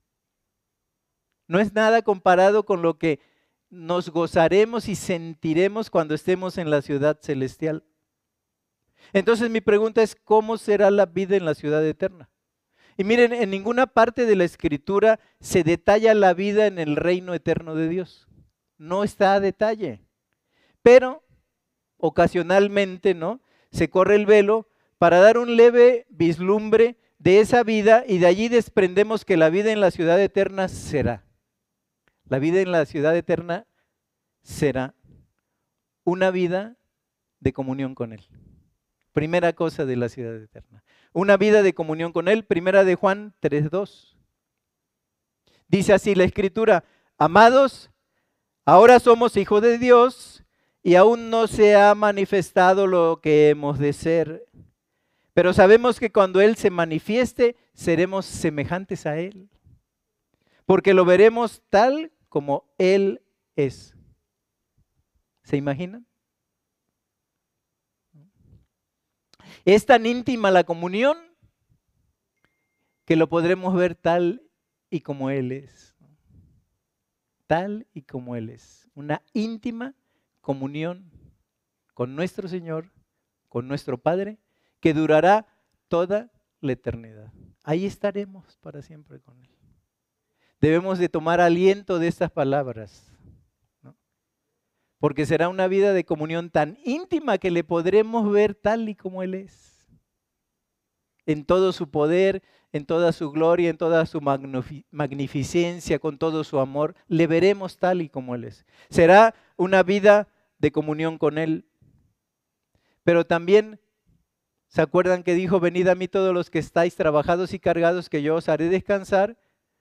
No es nada comparado con lo que nos gozaremos y sentiremos cuando estemos en la ciudad celestial. Entonces mi pregunta es, ¿cómo será la vida en la ciudad eterna? Y miren, en ninguna parte de la Escritura se detalla la vida en el reino eterno de Dios. No está a detalle. Pero ocasionalmente, ¿no?, se corre el velo para dar un leve vislumbre de esa vida y de allí desprendemos que la vida en la ciudad eterna será. La vida en la ciudad eterna será una vida de comunión con Él. Primera cosa de la ciudad eterna. Una vida de comunión con Él. Primera de Juan 3:2. Dice así la Escritura, amados, ahora somos hijos de Dios y aún no se ha manifestado lo que hemos de ser. Pero sabemos que cuando Él se manifieste, seremos semejantes a Él. Porque lo veremos tal como Él es. ¿Se imaginan? Es tan íntima la comunión que lo podremos ver tal y como Él es. Tal y como Él es. Una íntima comunión con nuestro Señor, con nuestro Padre, que durará toda la eternidad. Ahí estaremos para siempre con Él. Debemos de tomar aliento de estas palabras, ¿no? Porque será una vida de comunión tan íntima que le podremos ver tal y como Él es. En todo su poder, en toda su gloria, en toda su magnificencia, con todo su amor, le veremos tal y como Él es. Será una vida de comunión con Él, pero también ¿Se acuerdan que dijo, venid a mí todos los que estáis trabajados y cargados, que yo os haré descansar?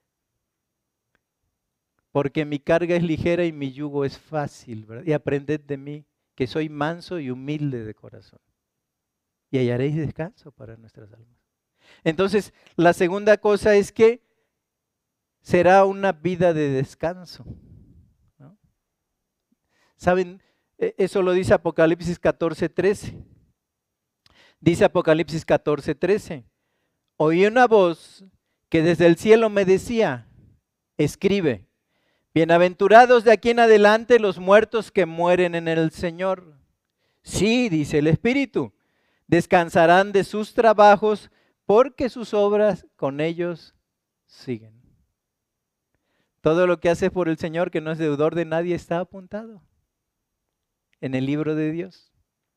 Porque mi carga es ligera y mi yugo es fácil, ¿verdad? Y aprended de mí, que soy manso y humilde de corazón. Y hallaréis descanso para nuestras almas. Entonces, la segunda cosa es que será una vida de descanso, ¿no? ¿Saben? Eso lo dice Apocalipsis 14:13. Dice Apocalipsis 14:13. Oí una voz que desde el cielo me decía, escribe, bienaventurados de aquí en adelante los muertos que mueren en el Señor. Sí, dice el Espíritu, descansarán de sus trabajos porque sus obras con ellos siguen. Todo lo que haces por el Señor, que no es deudor de nadie, está apuntado en el libro de Dios.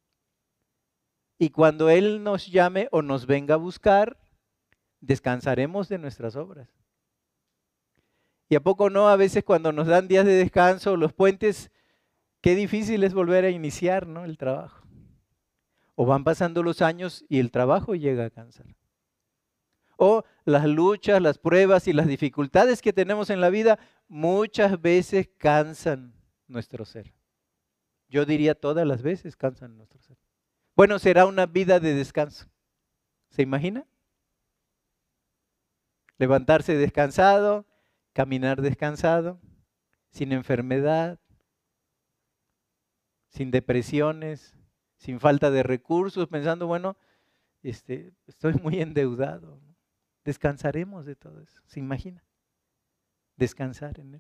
Y cuando Él nos llame o nos venga a buscar, descansaremos de nuestras obras. ¿Y a poco no? A veces cuando nos dan días de descanso, los puentes, qué difícil es volver a iniciar, ¿no? El trabajo. O van pasando los años y el trabajo llega a cansar. O las luchas, las pruebas y las dificultades que tenemos en la vida muchas veces cansan nuestro ser. Yo diría todas las veces cansan nuestro ser. Bueno, será una vida de descanso. ¿Se imagina? Levantarse descansado, caminar descansado, sin enfermedad, sin depresiones, sin falta de recursos, pensando, bueno, estoy muy endeudado. Descansaremos de todo eso, ¿se imagina? Descansar en Él.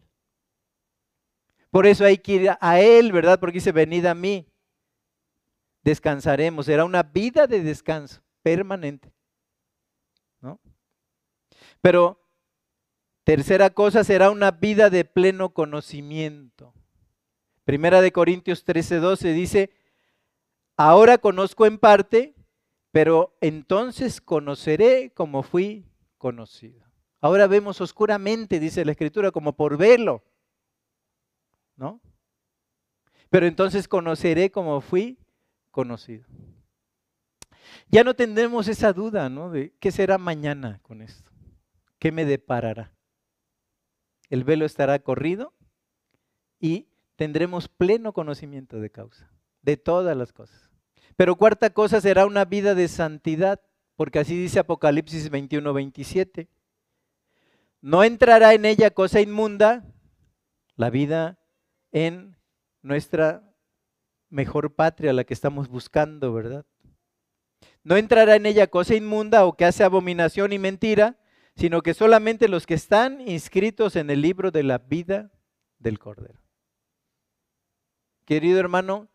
Por eso hay que ir a Él, ¿verdad? Porque dice, venid a mí. Descansaremos, será una vida de descanso permanente, ¿no? Pero tercera cosa, será una vida de pleno conocimiento. Primera de Corintios 13:12 dice, ahora conozco en parte, pero entonces conoceré como fui conocido. Ahora vemos oscuramente, dice la Escritura, como por verlo, ¿no? Pero entonces conoceré como fui conocido. Ya no tendremos esa duda, ¿no? De qué será mañana con esto, qué me deparará. El velo estará corrido y tendremos pleno conocimiento de causa, de todas las cosas. Pero cuarta cosa, será una vida de santidad, porque así dice Apocalipsis 21:27. No entrará en ella cosa inmunda, la vida en nuestra mejor patria, la que estamos buscando, ¿verdad? No entrará en ella cosa inmunda o que hace abominación y mentira, sino que solamente los que están inscritos en el libro de la vida del Cordero. Querido hermano,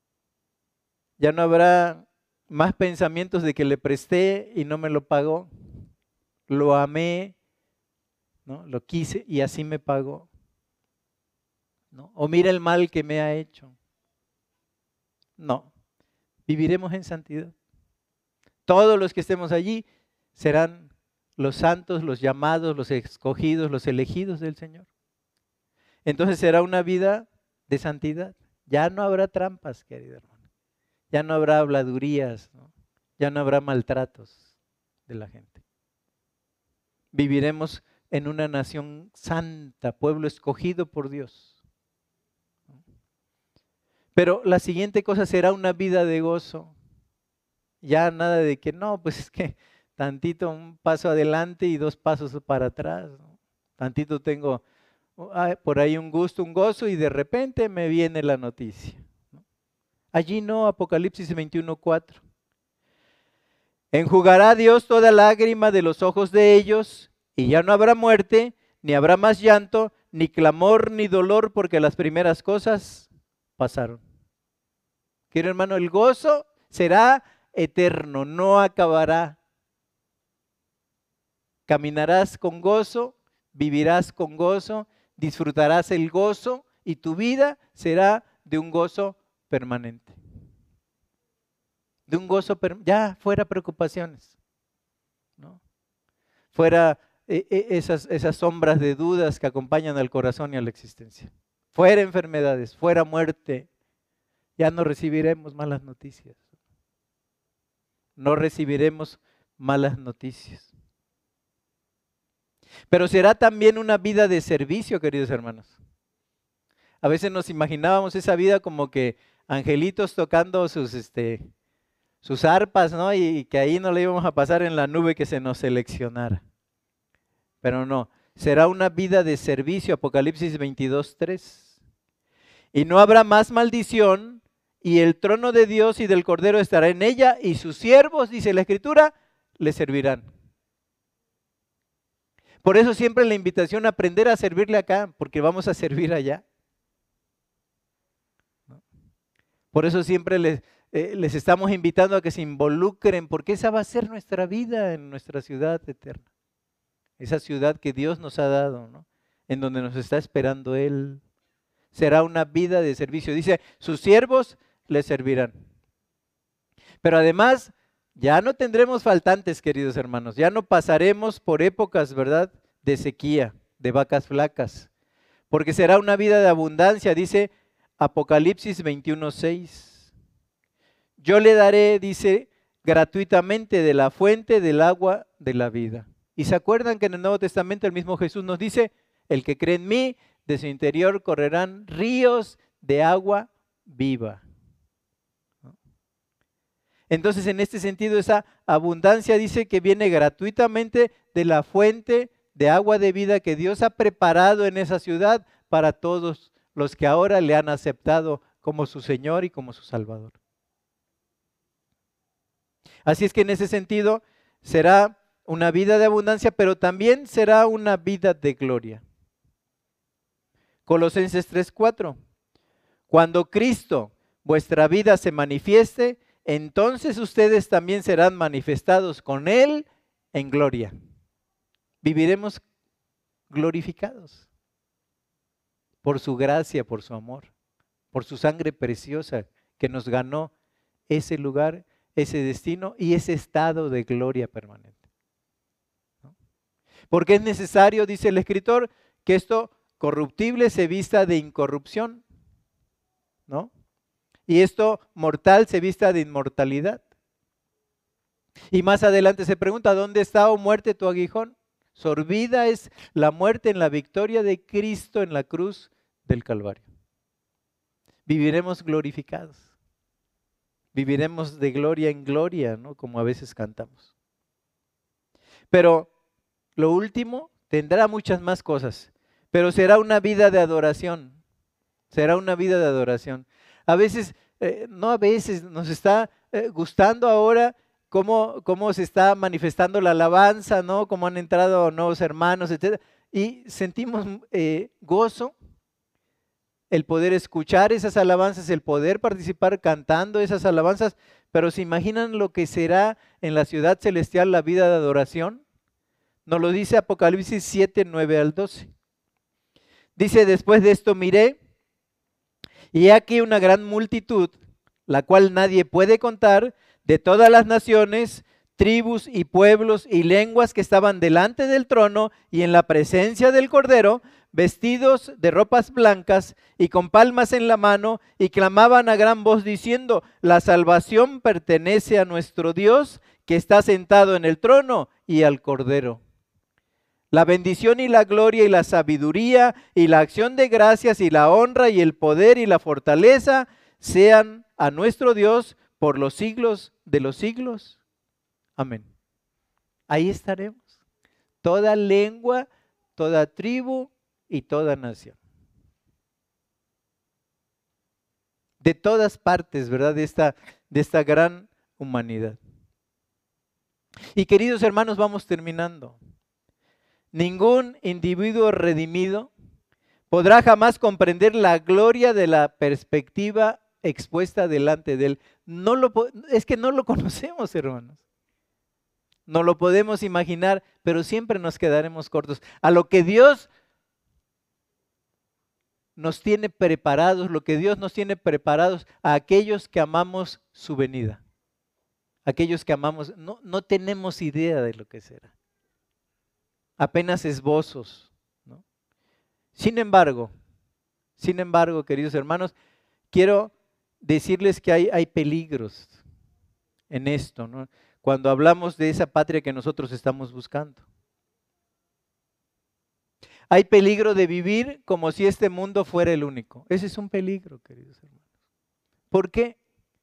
ya no habrá más pensamientos de que le presté y no me lo pagó, lo amé, ¿no? Lo quise y así me pagó, ¿no? O mira el mal que me ha hecho. No, viviremos en santidad. Todos los que estemos allí serán los santos, los llamados, los escogidos, los elegidos del Señor. Entonces será una vida de santidad. Ya no habrá trampas, querido hermano. Ya no habrá habladurías, ¿no? Ya no habrá maltratos de la gente. Viviremos en una nación santa, pueblo escogido por Dios. Pero la siguiente cosa será una vida de gozo. Ya nada de que no, pues es que tantito un paso adelante y 2 pasos para atrás, ¿no? Tantito tengo por ahí un gusto, un gozo y de repente me viene la noticia, ¿no? Allí no, Apocalipsis 21:4. Enjugará Dios toda lágrima de los ojos de ellos y ya no habrá muerte, ni habrá más llanto, ni clamor, ni dolor, porque las primeras cosas pasaron. Querido hermano, el gozo será eterno, no acabará. Caminarás con gozo, vivirás con gozo, disfrutarás el gozo y tu vida será de un gozo permanente. De un gozo, ya fuera preocupaciones, ¿no? Fuera esas sombras de dudas que acompañan al corazón y a la existencia. Fuera enfermedades, fuera muerte, ya no recibiremos malas noticias. no recibiremos malas noticias. Pero será también una vida de servicio, queridos hermanos. A veces nos imaginábamos esa vida como que angelitos tocando sus arpas, ¿no? Y que ahí no le íbamos a pasar en la nube que se nos seleccionara. Pero no, será una vida de servicio, Apocalipsis 22:3. Y no habrá más maldición, y el trono de Dios y del Cordero estará en ella, y sus siervos, dice la Escritura, le servirán. Por eso siempre la invitación a aprender a servirle acá, porque vamos a servir allá. Por eso siempre les estamos invitando a que se involucren, porque esa va a ser nuestra vida en nuestra ciudad eterna. Esa ciudad que Dios nos ha dado, ¿no? En donde nos está esperando Él. Será una vida de servicio. Dice, sus siervos le servirán. Pero además, ya no tendremos faltantes, queridos hermanos. Ya no pasaremos por épocas, ¿verdad?, de sequía, de vacas flacas. Porque será una vida de abundancia, dice Apocalipsis 21:6. Yo le daré, dice, gratuitamente de la fuente del agua de la vida. Y se acuerdan que en el Nuevo Testamento el mismo Jesús nos dice, el que cree en mí, de su interior correrán ríos de agua viva. Entonces, en este sentido, esa abundancia dice que viene gratuitamente de la fuente de agua de vida que Dios ha preparado en esa ciudad para todos los que ahora le han aceptado como su Señor y como su Salvador. Así es que en ese sentido será una vida de abundancia, pero también será una vida de gloria. Colosenses 3:4. Cuando Cristo, vuestra vida, se manifieste, entonces ustedes también serán manifestados con Él en gloria. Viviremos glorificados por su gracia, por su amor, por su sangre preciosa que nos ganó ese lugar, ese destino y ese estado de gloria permanente. ¿No? Porque es necesario, dice el escritor, que esto corruptible se vista de incorrupción, ¿no? Y esto mortal se vista de inmortalidad. Y más adelante se pregunta, ¿dónde está, oh muerte, tu aguijón? Sorbida es la muerte en la victoria de Cristo en la cruz del Calvario. Viviremos glorificados. Viviremos de gloria en gloria, ¿no? Como a veces cantamos. Pero lo último tendrá muchas más cosas, pero será una vida de adoración. Será una vida de adoración. A veces, no a veces, nos está gustando ahora cómo se está manifestando la alabanza, ¿no? Cómo han entrado nuevos hermanos, etc. Y sentimos gozo, el poder escuchar esas alabanzas, el poder participar cantando esas alabanzas, pero ¿se imaginan lo que será en la ciudad celestial la vida de adoración? Nos lo dice Apocalipsis 7:9-12. Dice, después de esto miré, y he aquí una gran multitud, la cual nadie puede contar, de todas las naciones, tribus y pueblos y lenguas que estaban delante del trono y en la presencia del Cordero, vestidos de ropas blancas y con palmas en la mano, y clamaban a gran voz diciendo, la salvación pertenece a nuestro Dios, que está sentado en el trono, y al Cordero. La bendición y la gloria y la sabiduría y la acción de gracias y la honra y el poder y la fortaleza sean a nuestro Dios por los siglos de los siglos. Amén. Ahí estaremos. Toda lengua, toda tribu y toda nación. De todas partes, ¿verdad? De esta gran humanidad. Y queridos hermanos, vamos terminando. Ningún individuo redimido podrá jamás comprender la gloria de la perspectiva expuesta delante de él. Es que no lo conocemos, hermanos. No lo podemos imaginar, pero siempre nos quedaremos cortos. A lo que Dios nos tiene preparados, lo que Dios nos tiene preparados a aquellos que amamos su venida. Aquellos que amamos, no tenemos idea de lo que será. Apenas esbozos, ¿no? Sin embargo, queridos hermanos, quiero decirles que hay peligros. en esto, ¿no? Cuando hablamos de esa patria que nosotros estamos buscando. Hay peligro de vivir como si este mundo fuera el único. Ese es un peligro, queridos hermanos. ¿Por qué?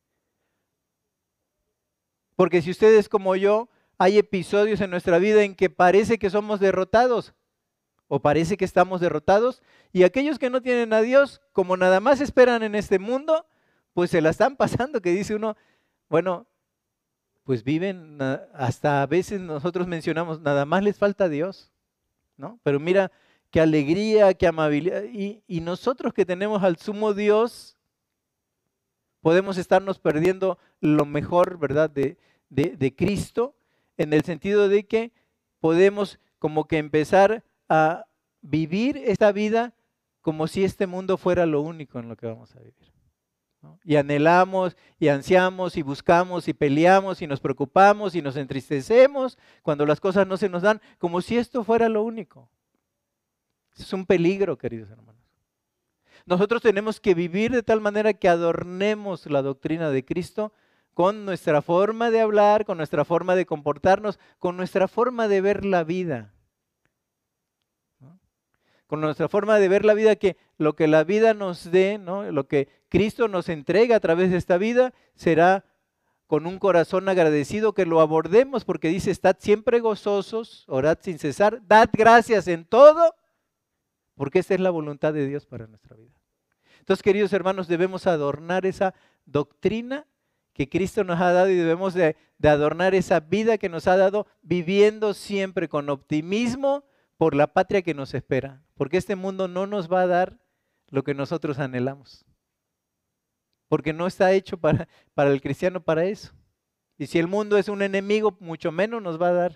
Porque si ustedes como yo, hay episodios en nuestra vida en que parece que somos derrotados o parece que estamos derrotados, y aquellos que no tienen a Dios, como nada más esperan en este mundo, pues se la están pasando, que dice uno, bueno, pues viven, hasta a veces nosotros mencionamos, nada más les falta a Dios, ¿no? Pero mira qué alegría, qué amabilidad, y nosotros que tenemos al sumo Dios, podemos estarnos perdiendo lo mejor, ¿verdad?, de Cristo, en el sentido de que podemos como que empezar a vivir esta vida como si este mundo fuera lo único en lo que vamos a vivir, ¿no? Y anhelamos, y ansiamos, y buscamos, y peleamos, y nos preocupamos, y nos entristecemos cuando las cosas no se nos dan, como si esto fuera lo único. Es un peligro, queridos hermanos. Nosotros tenemos que vivir de tal manera que adornemos la doctrina de Cristo con nuestra forma de hablar, con nuestra forma de comportarnos, con nuestra forma de ver la vida, ¿no? Con nuestra forma de ver la vida, que lo que la vida nos dé, ¿no?, lo que Cristo nos entrega a través de esta vida, será con un corazón agradecido, que lo abordemos, porque dice, estad siempre gozosos, orad sin cesar, dad gracias en todo, porque esta es la voluntad de Dios para nuestra vida. Entonces, queridos hermanos, debemos adornar esa doctrina que Cristo nos ha dado, y debemos de adornar esa vida que nos ha dado, viviendo siempre con optimismo por la patria que nos espera, porque este mundo no nos va a dar lo que nosotros anhelamos, porque no está hecho para el cristiano para eso. Y si el mundo es un enemigo, mucho menos nos va a dar,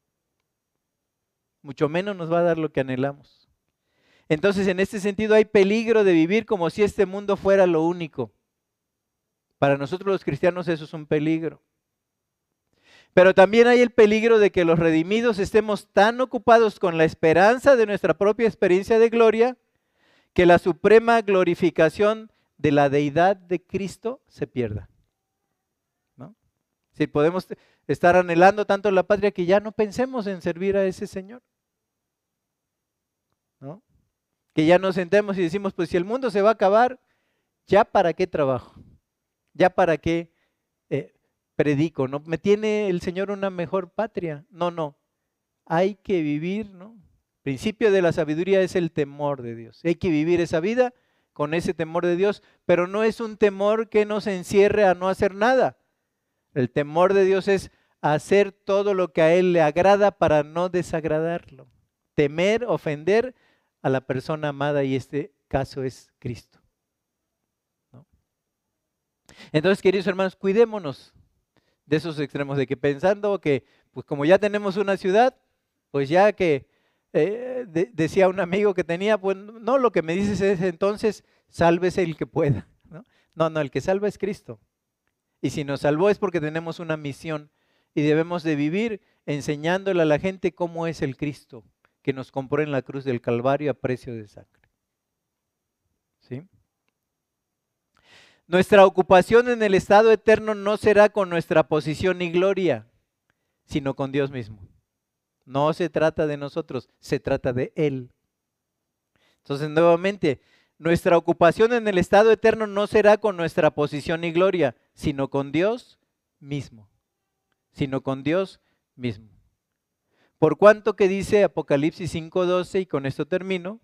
mucho menos nos va a dar lo que anhelamos. Entonces, en este sentido, hay peligro de vivir como si este mundo fuera lo único. Para nosotros los cristianos eso es un peligro. Pero también hay el peligro de que los redimidos estemos tan ocupados con la esperanza de nuestra propia experiencia de gloria, que la suprema glorificación de la deidad de Cristo se pierda, ¿no? Si podemos estar anhelando tanto la patria que ya no pensemos en servir a ese Señor, ¿no? Que ya nos sentemos y decimos, pues si el mundo se va a acabar, ¿ya para qué trabajo? ¿Ya para qué predico? ¿No me tiene el Señor una mejor patria? No. Hay que vivir, ¿no? El principio de la sabiduría es el temor de Dios. Hay que vivir esa vida con ese temor de Dios, pero no es un temor que nos encierre a no hacer nada. El temor de Dios es hacer todo lo que a Él le agrada para no desagradarlo. Temer, ofender a la persona amada, y este caso es Cristo, ¿no? Entonces, queridos hermanos, cuidémonos de esos extremos, de que pensando que, pues como ya tenemos una ciudad, pues ya que, decía un amigo que tenía, pues no, lo que me dices es entonces, sálvese el que pueda, ¿no? No, el que salva es Cristo. Y si nos salvó es porque tenemos una misión, y debemos de vivir enseñándole a la gente cómo es el Cristo que nos compró en la cruz del Calvario a precio de sangre, ¿sí? Nuestra ocupación en el estado eterno no será con nuestra posición y gloria, sino con Dios mismo. No se trata de nosotros, se trata de Él. Entonces, nuevamente, nuestra ocupación en el estado eterno no será con nuestra posición y gloria, sino con Dios mismo. Sino con Dios mismo. Por cuanto que dice Apocalipsis 5:12, y con esto termino,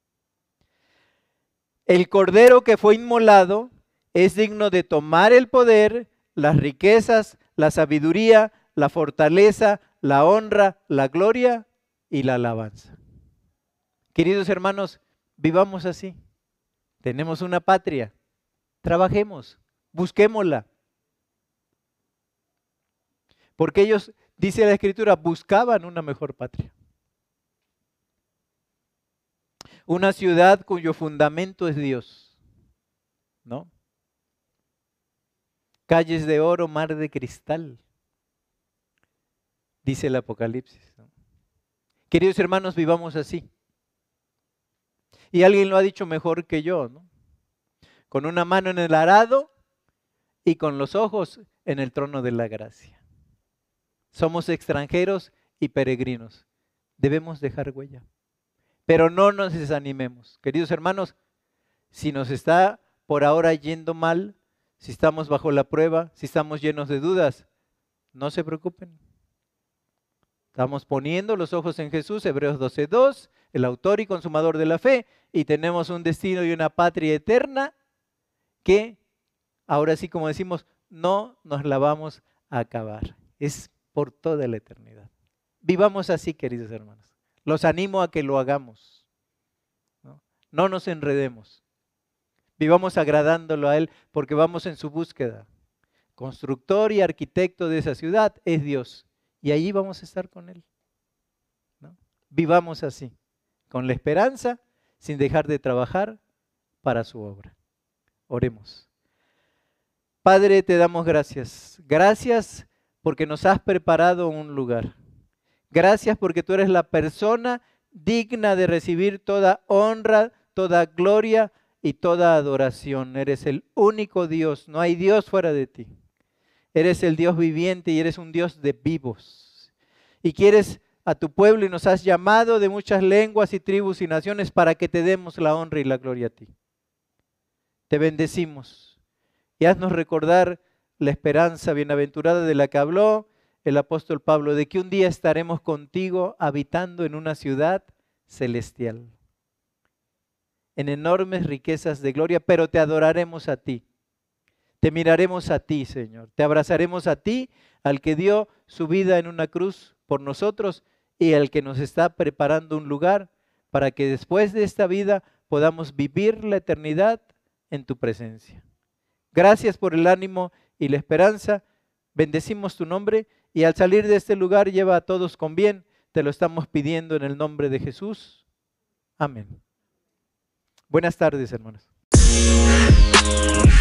el Cordero que fue inmolado es digno de tomar el poder, las riquezas, la sabiduría, la fortaleza, la honra, la gloria y la alabanza. Queridos hermanos, vivamos así. Tenemos una patria, trabajemos, busquémosla. Porque ellos, dice la Escritura, buscaban una mejor patria. Una ciudad cuyo fundamento es Dios, ¿no? Calles de oro, mar de cristal, dice el Apocalipsis, ¿no? Queridos hermanos, vivamos así. Y alguien lo ha dicho mejor que yo, ¿no? Con una mano en el arado y con los ojos en el trono de la gracia. Somos extranjeros y peregrinos. Debemos dejar huella. Pero no nos desanimemos. Queridos hermanos, si nos está por ahora yendo mal, si estamos bajo la prueba, si estamos llenos de dudas, no se preocupen. Estamos poniendo los ojos en Jesús, Hebreos 12:2, el autor y consumador de la fe, y tenemos un destino y una patria eterna que, ahora sí como decimos, no nos la vamos a acabar. Es por toda la eternidad. Vivamos así, queridos hermanos. Los animo a que lo hagamos. No nos enredemos. Vivamos agradándolo a Él porque vamos en su búsqueda. Constructor y arquitecto de esa ciudad es Dios. Y allí vamos a estar con Él. ¿No? Vivamos así, con la esperanza, sin dejar de trabajar para su obra. Oremos. Padre, te damos gracias. Gracias porque nos has preparado un lugar. Gracias porque tú eres la persona digna de recibir toda honra, toda gloria y toda adoración. Eres el único Dios, no hay Dios fuera de ti. Eres el Dios viviente y eres un Dios de vivos. Y quieres a tu pueblo y nos has llamado de muchas lenguas y tribus y naciones para que te demos la honra y la gloria a ti. Te bendecimos y haznos recordar la esperanza bienaventurada de la que habló el apóstol Pablo, de que un día estaremos contigo habitando en una ciudad celestial, en enormes riquezas de gloria, pero te adoraremos a ti. Te miraremos a ti, Señor. Te abrazaremos a ti, al que dio su vida en una cruz por nosotros y al que nos está preparando un lugar para que después de esta vida podamos vivir la eternidad en tu presencia. Gracias por el ánimo y la esperanza. Bendecimos tu nombre y al salir de este lugar lleva a todos con bien. Te lo estamos pidiendo en el nombre de Jesús. Amén. Buenas tardes, hermanos.